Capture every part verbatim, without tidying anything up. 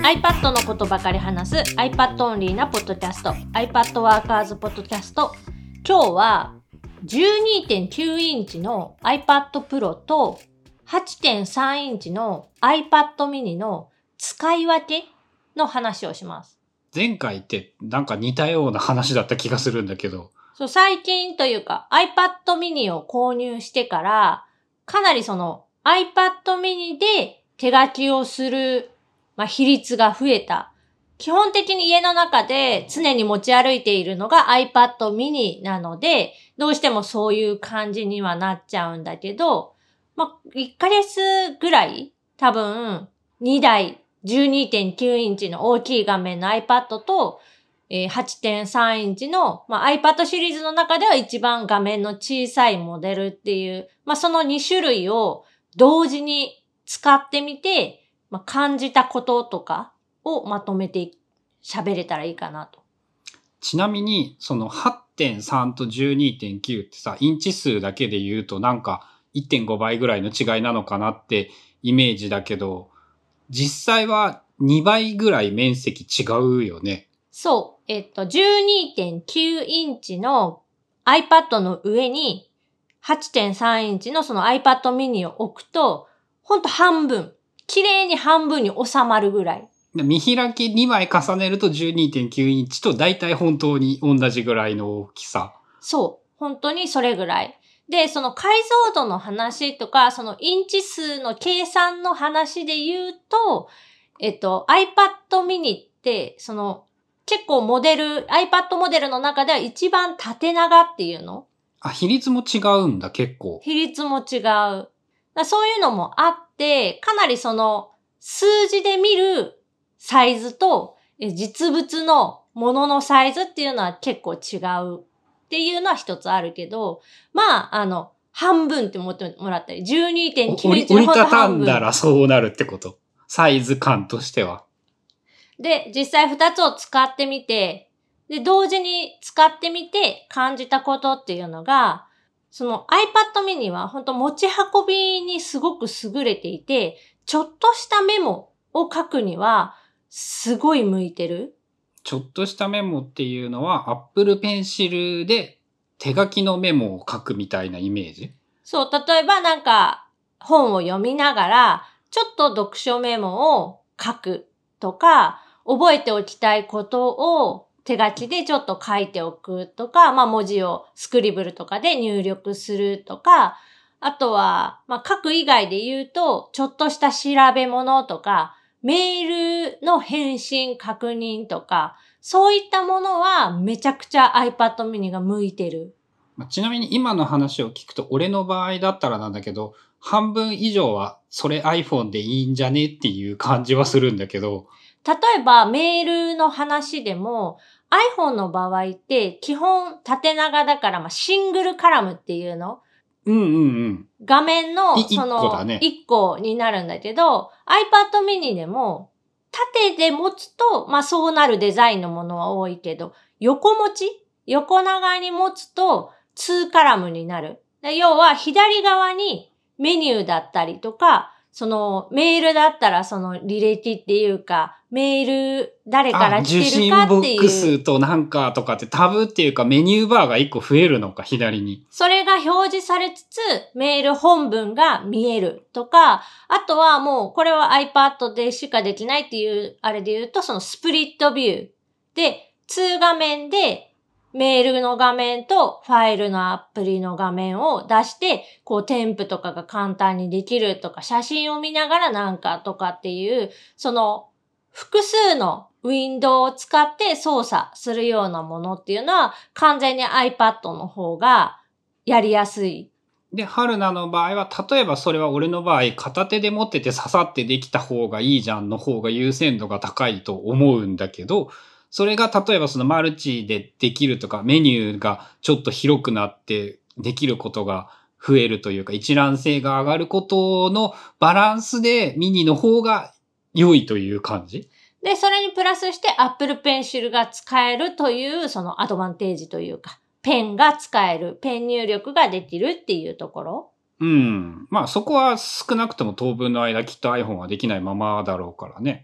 iPad のことばかり話す iPad オンリーなポッドキャスト iPad ワーカーズポッドキャスト。今日は じゅうにてんきゅう インチの iPad Pro と はちてんさん インチの iPad mini の使い分けの話をします。 前回ってなんか似たような話だった気がするんだけど。 そう、最近というか iPad mini を購入してからかなりその iPad mini で手書きをする、まあ、比率が増えた。基本的に家の中で常に持ち歩いているのが iPad mini なので、どうしてもそういう感じにはなっちゃうんだけど、まあ、いっかげつぐらい多分にだい じゅうにてんきゅう インチの大きい画面の iPad と、えー、はちてんさん インチの、まあ、iPad シリーズの中では一番画面の小さいモデルっていう、まあ、そのに種類を同時に使ってみて、まあ、感じたこととかをまとめて喋れたらいいかなと。 ちなみに、その はちてんさん と じゅうにてんきゅう ってさ、インチ数だけで言うとなんか いってんご 倍ぐらいの違いなのかなってイメージだけど、実際はにばいぐらい面積違うよね。 そう。えっと、じゅうにてんきゅう インチの iPad の上に はちてんさん インチのその iPad mini を置くと、ほんと半分。綺麗に半分に収まるぐらい。 見開きにまい重ねると じゅうにてんきゅう インチと大体本当に同じぐらいの大きさ。 そう。本当にそれぐらい。で、その解像度の話とか、そのインチ数の計算の話で言うと、えっと、iPad mini って、その、結構モデル、iPad モデルの中では一番縦長っていうの？ あ、比率も違うんだ、結構。 比率も違う。だそういうのもあって、かなりその、数字で見るサイズと、実物のもののサイズっていうのは結構違うっていうのは一つあるけど、まあ、あの、半分って思ってもらったり、じゅうにてんきゅう インチの折りたたんんだらそうなるってこと。サイズ感としては。 で、実際二つを使ってみて、で、同時に使ってみて感じたことっていうのが、その iPad mini は本当持ち運びにすごく優れていて、ちょっとしたメモを書くにはすごい向いてる。 ちょっとしたメモっていうのは Apple Pencil で手書きのメモを書くみたいなイメージ？ そう、例えばなんか本を読みながら、ちょっと読書メモを書くとか、覚えておきたいことを手書きでちょっと書いておくとか、まあ文字をスクリブルとかで入力するとか、あとは、まあ書く以外で言うと、ちょっとした調べ物とか、メールの返信確認とか、そういったものはめちゃくちゃ iPad mini が向いてる。 ちなみに今の話を聞くと、俺の場合だったらなんだけど、半分以上はそれ iPhone でいいんじゃねっていう感じはするんだけど。 例えばメールの話でも iPhone の場合って基本縦長だから、まあ、シングルカラムっていうの。 うんうんうん。 画面のそのい一個だね。 いっこになるんだけど iPad mini でも縦で持つと、まあそうなるデザインのものは多いけど、横持ち横長に持つとにカラムになる。要は左側にメニューだったりとか、そのメールだったらその履歴っていうか、メール誰から来てるかっていう。 受信ボックスとなんかとかってタブっていうかメニューバーがいっこ増えるのか、左に。 それが表示されつつ、メール本文が見えるとか、あとはもうこれは iPad でしかできないっていうあれで言うと、そのスプリットビューで、に画面でメールの画面とファイルのアプリの画面を出して、こう添付とかが簡単にできるとか、写真を見ながらなんかとかっていう、その複数のウィンドウを使って操作するようなものっていうのは完全に iPad の方がやりやすい。 で、春菜の場合は、例えばそれは俺の場合、片手で持ってて刺さってできた方がいいじゃんの方が優先度が高いと思うんだけど、それが例えばそのマルチでできるとか、メニューがちょっと広くなってできることが増えるというか、一覧性が上がることのバランスでミニの方が良いという感じ？ で、それにプラスして Apple Pencil が使えるというそのアドバンテージというか、ペンが使える、ペン入力ができるっていうところ。 うん。まあそこは少なくとも当分の間きっと iPhone はできないままだろうからね。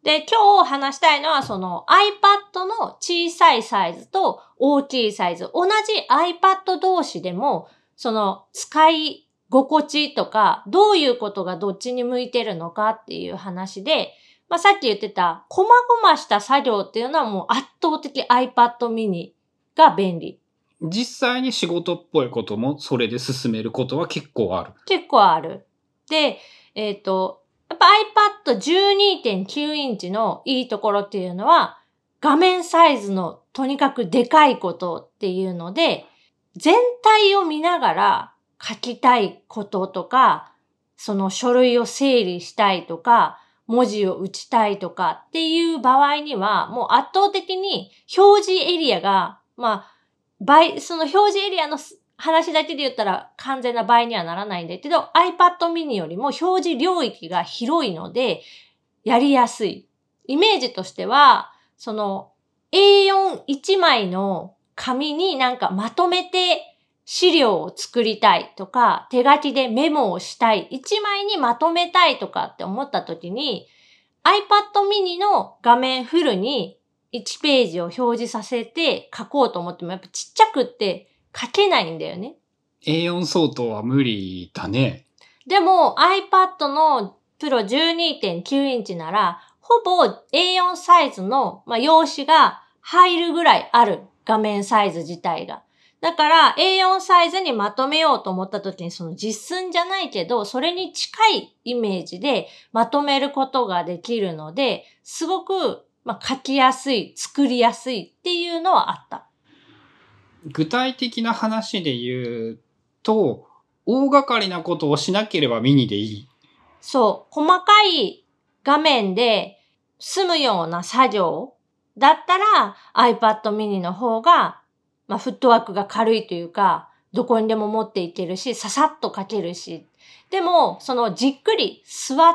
で、今日話したいのはその iPad の小さいサイズと大きいサイズ。同じ iPad 同士でも、その使い心地とか、どういうことがどっちに向いてるのかっていう話で、まあ、さっき言ってた、細々した作業っていうのはもう圧倒的 iPad mini が便利。 実際に仕事っぽいこともそれで進めることは結構ある。 結構ある。で、えっと、やっぱ iPad じゅうにてんきゅう インチのいいところっていうのは、画面サイズのとにかくでかいことっていうので、全体を見ながら書きたいこととか、その書類を整理したいとか、文字を打ちたいとかっていう場合には、もう圧倒的に表示エリアが、まあ、倍、その表示エリアの話だけで言ったら完全な倍にはならないんだけど、iPad mini よりも表示領域が広いので、やりやすい。イメージとしては、その エーよんいち 枚の紙になんかまとめて資料を作りたいとか、手書きでメモをしたい、いちまいにまとめたいとかって思った時に、iPad mini の画面フルにいちページを表示させて書こうと思ってもやっぱちっちゃくって書けないんだよね。 エーよん 相当は無理だね。 でも iPad の Pro じゅうにてんきゅう インチならほぼ エーよん サイズの、まあ、用紙が入るぐらいある。画面サイズ自体が。だから エーよん サイズにまとめようと思った時にその実寸じゃないけど、それに近いイメージでまとめることができるので、すごく、まあ、書きやすい、作りやすいっていうのはあった。 具体的な話で言うと、大掛かりなことをしなければミニでいい。 そう。細かい画面で済むような作業だったら iPad mini の方が、まあ、フットワークが軽いというか、どこにでも持っていけるし、ささっと書けるし。でも、そのじっくり座って、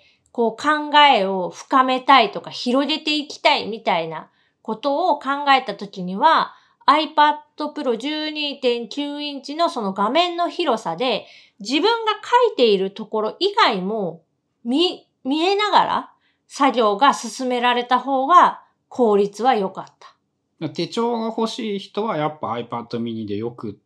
こう考えを深めたいとか広げていきたいみたいなことを考えたときには、iPad Pro じゅうにてんきゅう インチのその画面の広さで、自分が書いているところ以外も見、見えながら作業が進められた方が効率は良かった。 手帳が欲しい人はやっぱ iPad mini でよくって、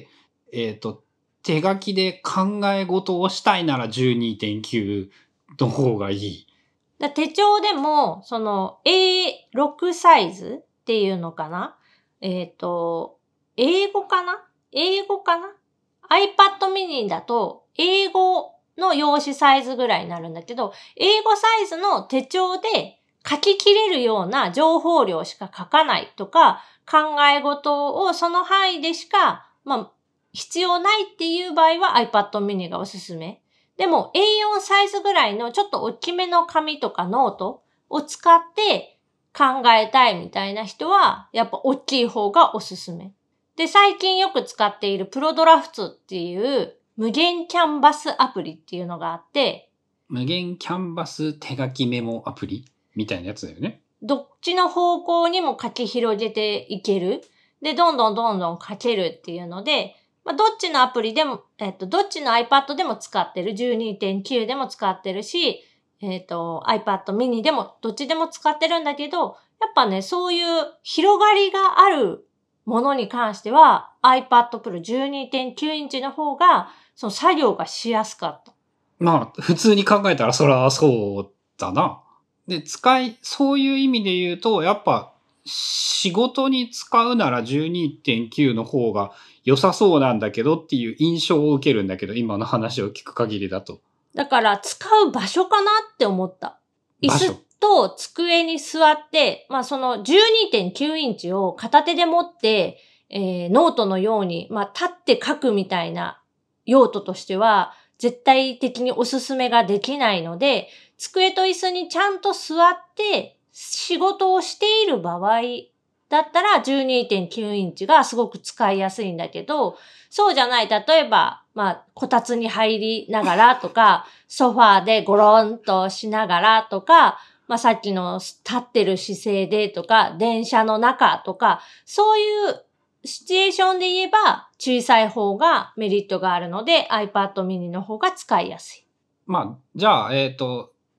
えっと、手書きで考え事をしたいなら じゅうにてんきゅう の方がいい。 だ手帳でも、その エーろく サイズっていうのかなえっと、英語かな英語かな ?iPad mini だと英語の用紙サイズぐらいになるんだけど、英語サイズの手帳で書ききれるような情報量しか書かないとか、考え事をその範囲でしか、まあ、必要ないっていう場合は iPad mini がおすすめ。でも エーよん サイズぐらいのちょっと大きめの紙とかノートを使って考えたいみたいな人は、やっぱ大きい方がおすすめ。で、最近よく使っているプロドラフトっていう無限キャンバスアプリっていうのがあって、 無限キャンバス手書きメモアプリみたいなやつだよね。 どっちの方向にも書き広げていける。で、どんどんどんどん書けるっていうので、まあ、どっちのアプリでも、えっと、どっちの iPad でも使ってる。じゅうにてんきゅう でも使ってるし、えっと、iPad mini でも、どっちでも使ってるんだけど、やっぱね、そういう広がりがあるものに関しては、iPad Pro じゅうにてんきゅう インチの方が、その作業がしやすかった。 まあ、普通に考えたらそらそうだな。で、使い、そういう意味で言うと、やっぱ、仕事に使うなら じゅうにてんきゅう の方が良さそうなんだけどっていう印象を受けるんだけど、今の話を聞く限りだと。 だから使う場所かなって思った。椅場所子と机に座って、まあその じゅうにてんきゅう インチを片手で持って、えー、ノートのように、まあ立って書くみたいな用途としては、絶対的におすすめができないので、机と椅子にちゃんと座って仕事をしている場合だったら じゅうにてんきゅう インチがすごく使いやすいんだけど、そうじゃない、例えば、まあ、こたつに入りながらとか、ソファーでゴロンとしながらとか、まあさっきの立ってる姿勢でとか、電車の中とか、そういうシチュエーションで言えば小さい方がメリットがあるので iPad mini の方が使いやすい。 まあ、じゃあ、えっと、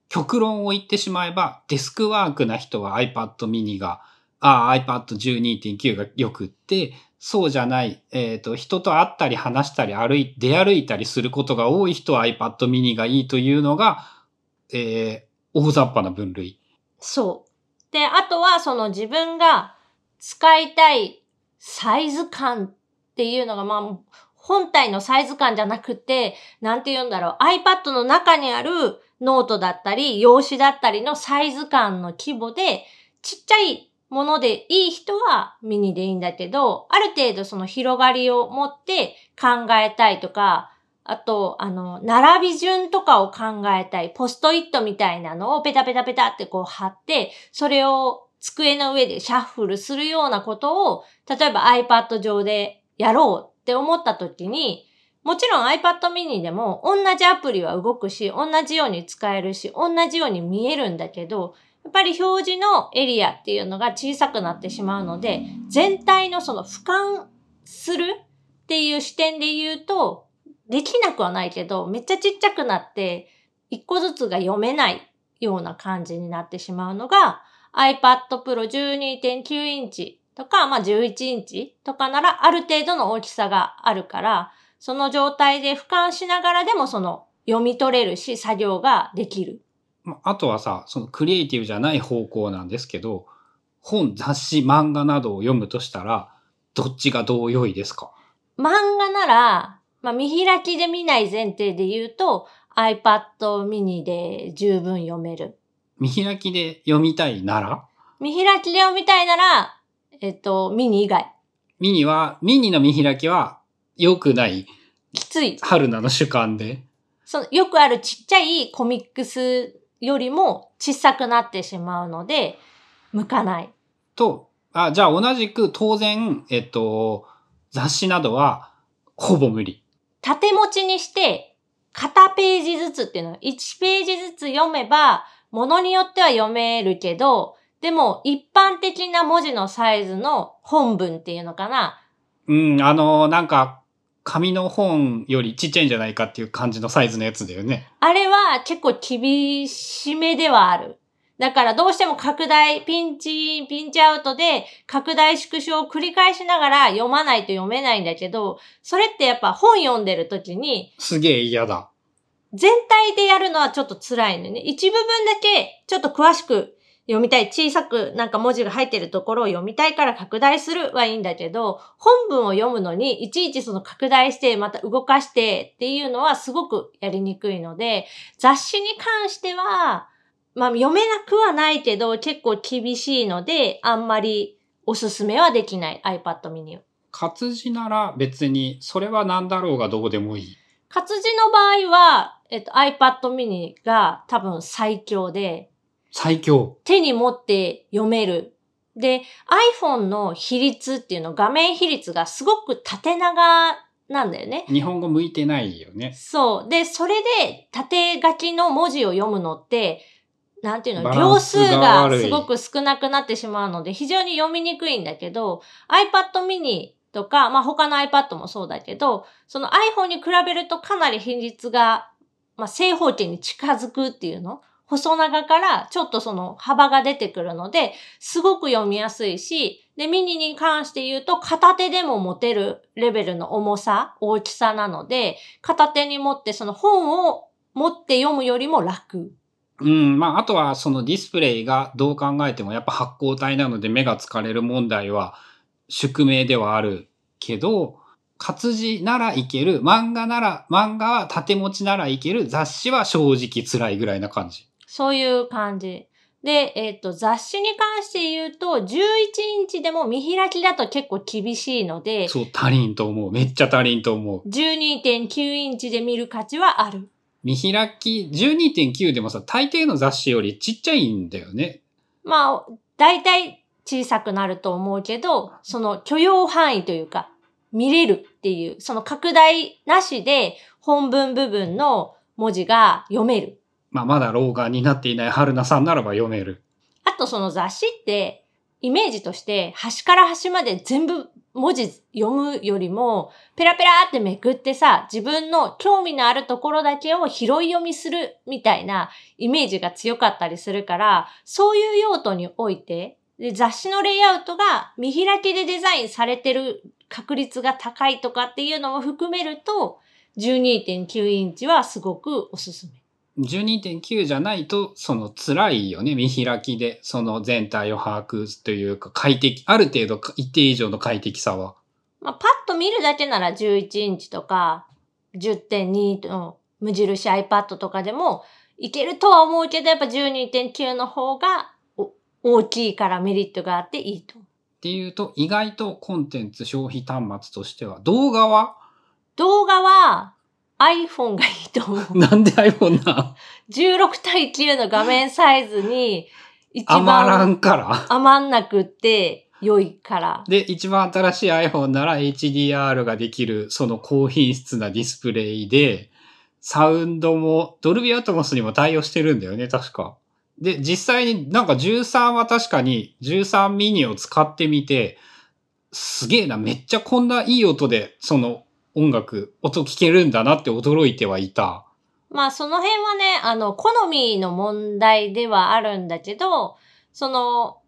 極論を言ってしまえば、デスクワークな人は iPad mini が、ああ、アイパッドじゅうにてんきゅう がよくって、そうじゃない、えっと、人と会ったり話したり歩い、出歩いたりすることが多い人は iPad mini がいいというのが、えー、大雑把な分類。 そう。で、あとはその自分が使いたいサイズ感っていうのが、まあ、本体のサイズ感じゃなくて、なんて言うんだろう、iPad の中にあるノートだったり、用紙だったりのサイズ感の規模で、ちっちゃいものでいい人はミニでいいんだけど、ある程度その広がりを持って考えたいとか、あと、あの、並び順とかを考えたい。ポストイットみたいなのをペタペタペタってこう貼って、それを机の上でシャッフルするようなことを、例えば iPad 上でやろうって思った時に、もちろん iPad mini でも同じアプリは動くし、同じように使えるし、同じように見えるんだけど、やっぱり表示のエリアっていうのが小さくなってしまうので、全体のその俯瞰するっていう視点で言うと、できなくはないけど、めっちゃちっちゃくなって、一個ずつが読めないような感じになってしまうのが、iPad Pro じゅうにてんきゅう インチとか、まあじゅういちインチとかならある程度の大きさがあるから、その状態で俯瞰しながらでもその読み取れるし、作業ができる。 あとはさ、そのクリエイティブじゃない方向なんですけど、本、雑誌、漫画などを読むとしたら、どっちがどう良いですか？ 漫画なら、まあ見開きで見ない前提で言うと、iPad mini で十分読める。 見開きで読みたいなら？ 見開きで読みたいなら、えっと、ミニ以外。 ミニは、ミニの見開きは良くない。 きつい。 春菜の主観で。 その、よくあるちっちゃいコミックスよりも小さくなってしまうので、向かない。 と、あ、じゃあ同じく当然、えっと、雑誌などはほぼ無理。 縦持ちにして、片ページずつっていうのは、いちページずつ読めば、ものによっては読めるけど、でも一般的な文字のサイズの本文っていうのかな。 うん、あの、なんか、紙の本よりちっちゃいんじゃないかっていう感じのサイズのやつだよね。 あれは結構厳しめではある。だからどうしても拡大、ピンチ、ピンチアウトで拡大縮小を繰り返しながら読まないと読めないんだけど、それってやっぱ本読んでる時に、 すげえ嫌だ。 全体でやるのはちょっと辛いのね。一部分だけちょっと詳しく読みたい。小さくなんか文字が入ってるところを読みたいから拡大するはいいんだけど、本文を読むのにいちいちその拡大してまた動かしてっていうのはすごくやりにくいので、雑誌に関しては、まあ読めなくはないけど結構厳しいので、あんまりおすすめはできない iPad mini を。 活字なら別にそれは何だろうがどうでもいい。 活字の場合は、えっと iPad mini が多分最強で、 最強。 手に持って読める。で、iPhone の比率っていうの、画面比率がすごく縦長なんだよね。 日本語向いてないよね。 そう。で、それで縦書きの文字を読むのって、なんていうの、行数がすごく少なくなってしまうので、非常に読みにくいんだけど、iPad mini とか、まあ他の iPad もそうだけど、その iPhone に比べるとかなり比率が、まあ正方形に近づくっていうの。細長からちょっとその幅が出てくるので、すごく読みやすいし、で、ミニに関して言うと片手でも持てるレベルの重さ、大きさなので、片手に持ってその本を持って読むよりも楽。 うん、まあ、あとはそのディスプレイがどう考えてもやっぱ発光体なので目が疲れる問題は宿命ではあるけど、活字ならいける、漫画なら、漫画は縦持ちならいける、雑誌は正直辛いぐらいな感じ。 そういう感じ。で、えっと、雑誌に関して言うと、じゅういちインチでも見開きだと結構厳しいので、 そう、足りんと思う。めっちゃ足りんと思う。 じゅうにてんきゅうインチで見る価値はある。 見開き、じゅうにてんきゅう でもさ、大抵の雑誌よりちっちゃいんだよね。 まあ、だいたい小さくなると思うけど、その許容範囲というか、見れるっていう、その拡大なしで本文部分の文字が読める。 まあ、まだ老眼になっていない春菜さんならば読める。 あとその雑誌って、イメージとして端から端まで全部文字読むよりも、ペラペラってめくってさ、自分の興味のあるところだけを拾い読みするみたいなイメージが強かったりするから、そういう用途において、で雑誌のレイアウトが見開きでデザインされてる確率が高いとかっていうのも含めると、じゅうにてんきゅう インチはすごくおすすめ。 じゅうにてんきゅう じゃないと、その辛いよね。見開きで、その全体を把握というか、快適、ある程度一定以上の快適さは。 まあ、パッと見るだけならじゅういちインチとか、じゅってんに の無印 iPad とかでもいけるとは思うけど、やっぱ じゅうにてんきゅう の方が大きいからメリットがあっていいと。 っていうと、意外とコンテンツ消費端末としては、動画は動画は iPhone がいいと思う。 なんで iPhone なじゅうろくたいきゅうの画面サイズに一番余らんから余んなくって良いから。 で、一番新しい iPhone なら エイチディーアール ができる、その高品質なディスプレイで、サウンドも、ドルビーアトモスにも対応してるんだよね、確か。で、実際になんかじゅうさんは確かにじゅうさんミニを使ってみて、すげえな、めっちゃこんないい音で、その音楽、音聞けるんだなって驚いてはいた。 まあその辺はね、あの、好みの問題ではあるんだけど、その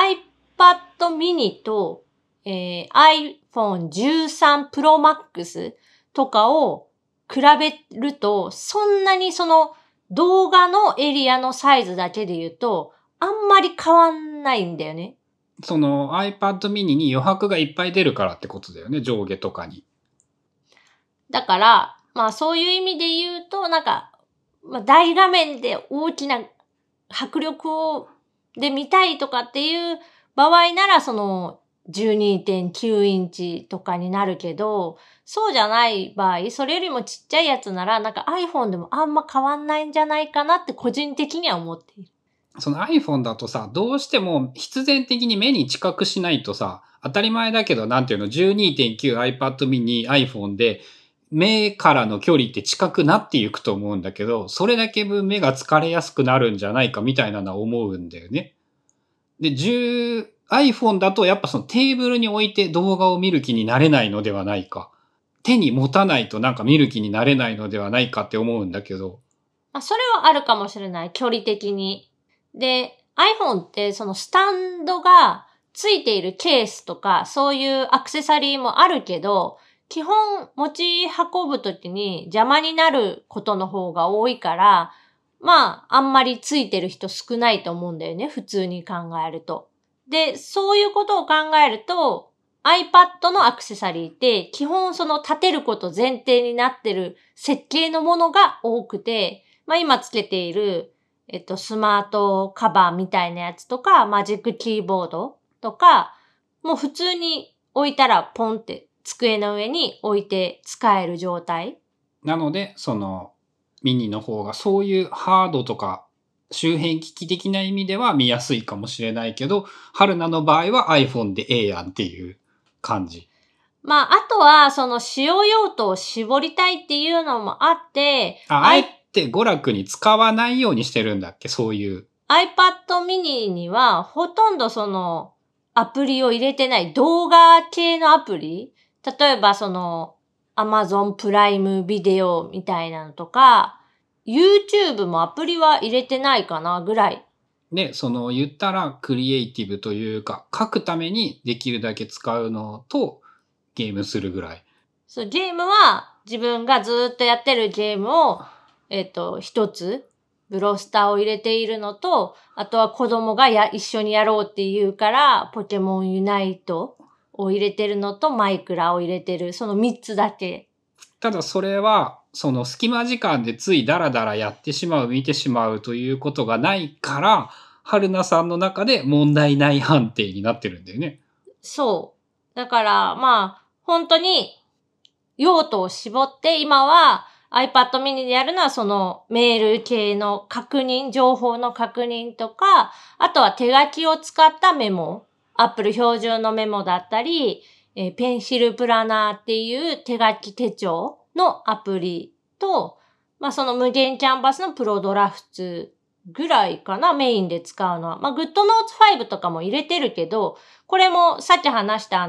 iPad mini と、えー、iPhone じゅうさん Pro Max とかを比べると、そんなにその動画のエリアのサイズだけで言うと、あんまり変わんないんだよね。 その iPad mini に余白がいっぱい出るからってことだよね、上下とかに。 だから、まあそういう意味で言うと、なんか、まあ、大画面で大きな迫力を、で見たいとかっていう場合なら、その じゅうにてんきゅう インチとかになるけど、そうじゃない場合、それよりもちっちゃいやつなら、なんか iPhone でもあんま変わんないんじゃないかなって個人的には思っている。 その iPhone だとさ、どうしても必然的に目に近くしないとさ、当たり前だけど、なんていうの、じゅうにてんきゅう iPad mini iPhone で、目からの距離って近くなっていくと思うんだけど、それだけ分目が疲れやすくなるんじゃないかみたいなのは思うんだよね。で、じゅう、iPhone だとやっぱそのテーブルに置いて動画を見る気になれないのではないか。手に持たないとなんか見る気になれないのではないかって思うんだけど。 まあ、それはあるかもしれない。距離的に。で、iPhone ってそのスタンドがついているケースとか、そういうアクセサリーもあるけど、基本持ち運ぶときに邪魔になることの方が多いから、まあ、あんまりついてる人少ないと思うんだよね。普通に考えると。で、そういうことを考えると、iPad のアクセサリーって基本その立てること前提になってる設計のものが多くて、まあ今つけている、えっと、スマートカバーみたいなやつとか、マジックキーボードとか、もう普通に置いたらポンって机の上に置いて使える状態。 なので、そのミニの方がそういうハードとか周辺機器的な意味では見やすいかもしれないけど、春菜の場合は iPhone でええやんっていう感じ。 まあ、あとは、その使用用途を絞りたいっていうのもあって、 あ、あえて娯楽に使わないようにしてるんだっけ、そういう。 iPad mini にはほとんどそのアプリを入れてない動画系のアプリ、例えばその Amazon プライムビデオみたいなのとか、YouTube もアプリは入れてないかなぐらい。 で、その言ったらクリエイティブというか、書くためにできるだけ使うのとゲームするぐらい。 そう、ゲームは自分がずっとやってるゲームを、えっと、一つ、ブロスターを入れているのと、あとは子供がや一緒にやろうって言うから、ポケモンユナイトを入れてるのと、マイクラを入れてる、その三つだけ。 ただそれは、その隙間時間でついダラダラやってしまう、見てしまうということがないから、春菜さんの中で問題ない判定になってるんだよね。 そう。だから、まあ、本当に用途を絞って、今は iPad mini でやるのはそのメール系の確認、情報の確認とか、あとは手書きを使ったメモ、Apple 標準のメモだったり、えー、ペンシルプラナーっていう手書き手帳のアプリと、まあその無限キャンバスのプロドラフツぐらいかな、メインで使うのは。まあ GoodNotes ファイブとかも入れてるけど、これもさっき話したあの、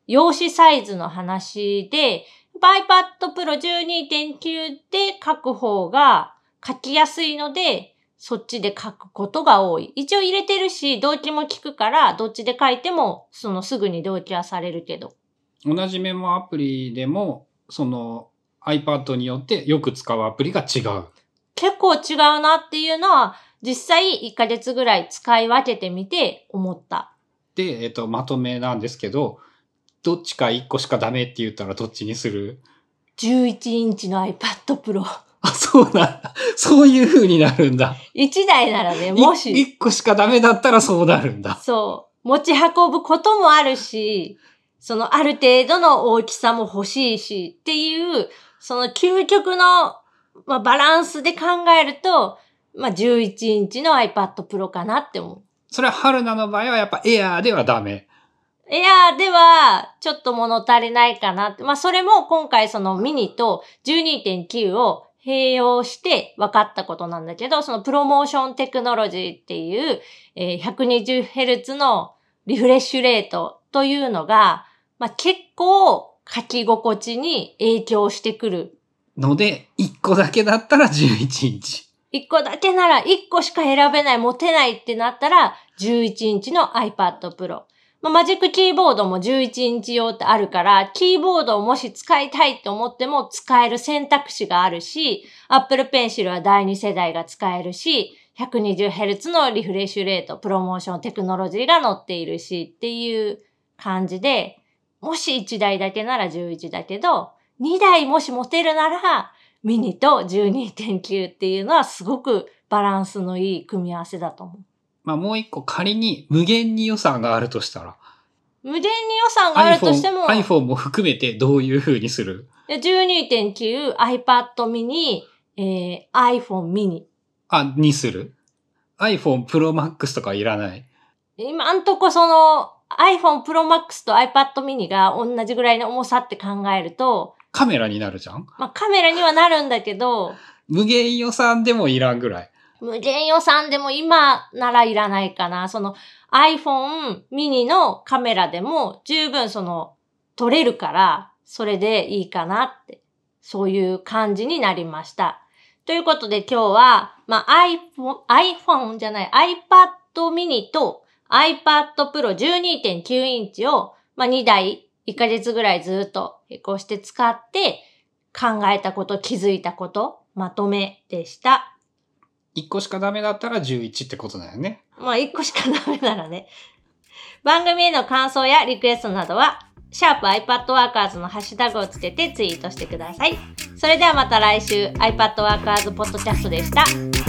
用紙サイズの話で、iPad Pro じゅうにてんきゅう で書く方が書きやすいので、そっちで書くことが多い。一応入れてるし、同期も聞くから、どっちで書いても、そのすぐに同期はされるけど。 同じメモアプリでも、その iPad によってよく使うアプリが違う。 結構違うなっていうのは、実際いっかげつぐらい使い分けてみて思った。 で、えっと、まとめなんですけど、どっちかいっこしかダメって言ったらどっちにする？ じゅういちインチの iPad Pro。 あ、そうなんだ。そういう風になるんだ。 いちだいならね、もし。 いっこしかダメだったらそうなるんだ。 そう。持ち運ぶこともあるし、そのある程度の大きさも欲しいしっていう、その究極の、まあ、バランスで考えると、まあ、じゅういちインチの iPad Pro かなって思う。 それは春菜の場合はやっぱエアーではダメ。 エアーではちょっと物足りないかなって。まあそれも今回そのミニと じゅうにてんきゅう を併用して分かったことなんだけど、そのプロモーションテクノロジーっていう、えー、ひゃくにじゅうヘルツ のリフレッシュレートというのが、まあ結構書き心地に影響してくる。 ので、いっこだけだったらじゅういちインチ。 いっこだけならいっこしか選べない、持てないってなったらじゅういちインチの iPad Pro。まあ、マジックキーボードもじゅういちインチ用ってあるから、キーボードをもし使いたいって思っても使える選択肢があるし、Apple Pencil はだいに世代が使えるし、ひゃくにじゅうヘルツ のリフレッシュレート、プロモーションテクノロジーが載っているしっていう感じで、もしいちだいだけならじゅういちだけど、にだいもし持てるなら、ミニと じゅうにてんきゅう っていうのはすごくバランスのいい組み合わせだと思う。 まあもう一個仮に無限に予算があるとしたら。 無限に予算があるとしても。 iPhone、iPhone も含めてどういう風にする？ じゅうにてんきゅう、iPad mini、えー、iPhone mini。 あ、にする？ iPhone Pro Max とかいらない？ 今んとこその iPhone Pro Max と iPad mini が同じぐらいの重さって考えると。 カメラになるじゃん？ まあカメラにはなるんだけど。 無限予算でもいらんぐらい。 無限予算でも今ならいらないかな。その iPhone mini のカメラでも十分その撮れるから、それでいいかなって、そういう感じになりました。ということで今日は、まあ iPhone、iPhone じゃない iPad mini と iPad Pro じゅうにてんきゅう インチを、まあにだいいっかげつぐらいずっとこうして使って考えたこと、気づいたこと、まとめでした。 いっこしかダメだったらじゅういちってことだよね。 まあいっこしかダメならね。番組への感想やリクエストなどは、シャープ iPadWorkers のハッシュタグをつけてツイートしてください。それではまた来週、iPadWorkers ポッドキャストでした。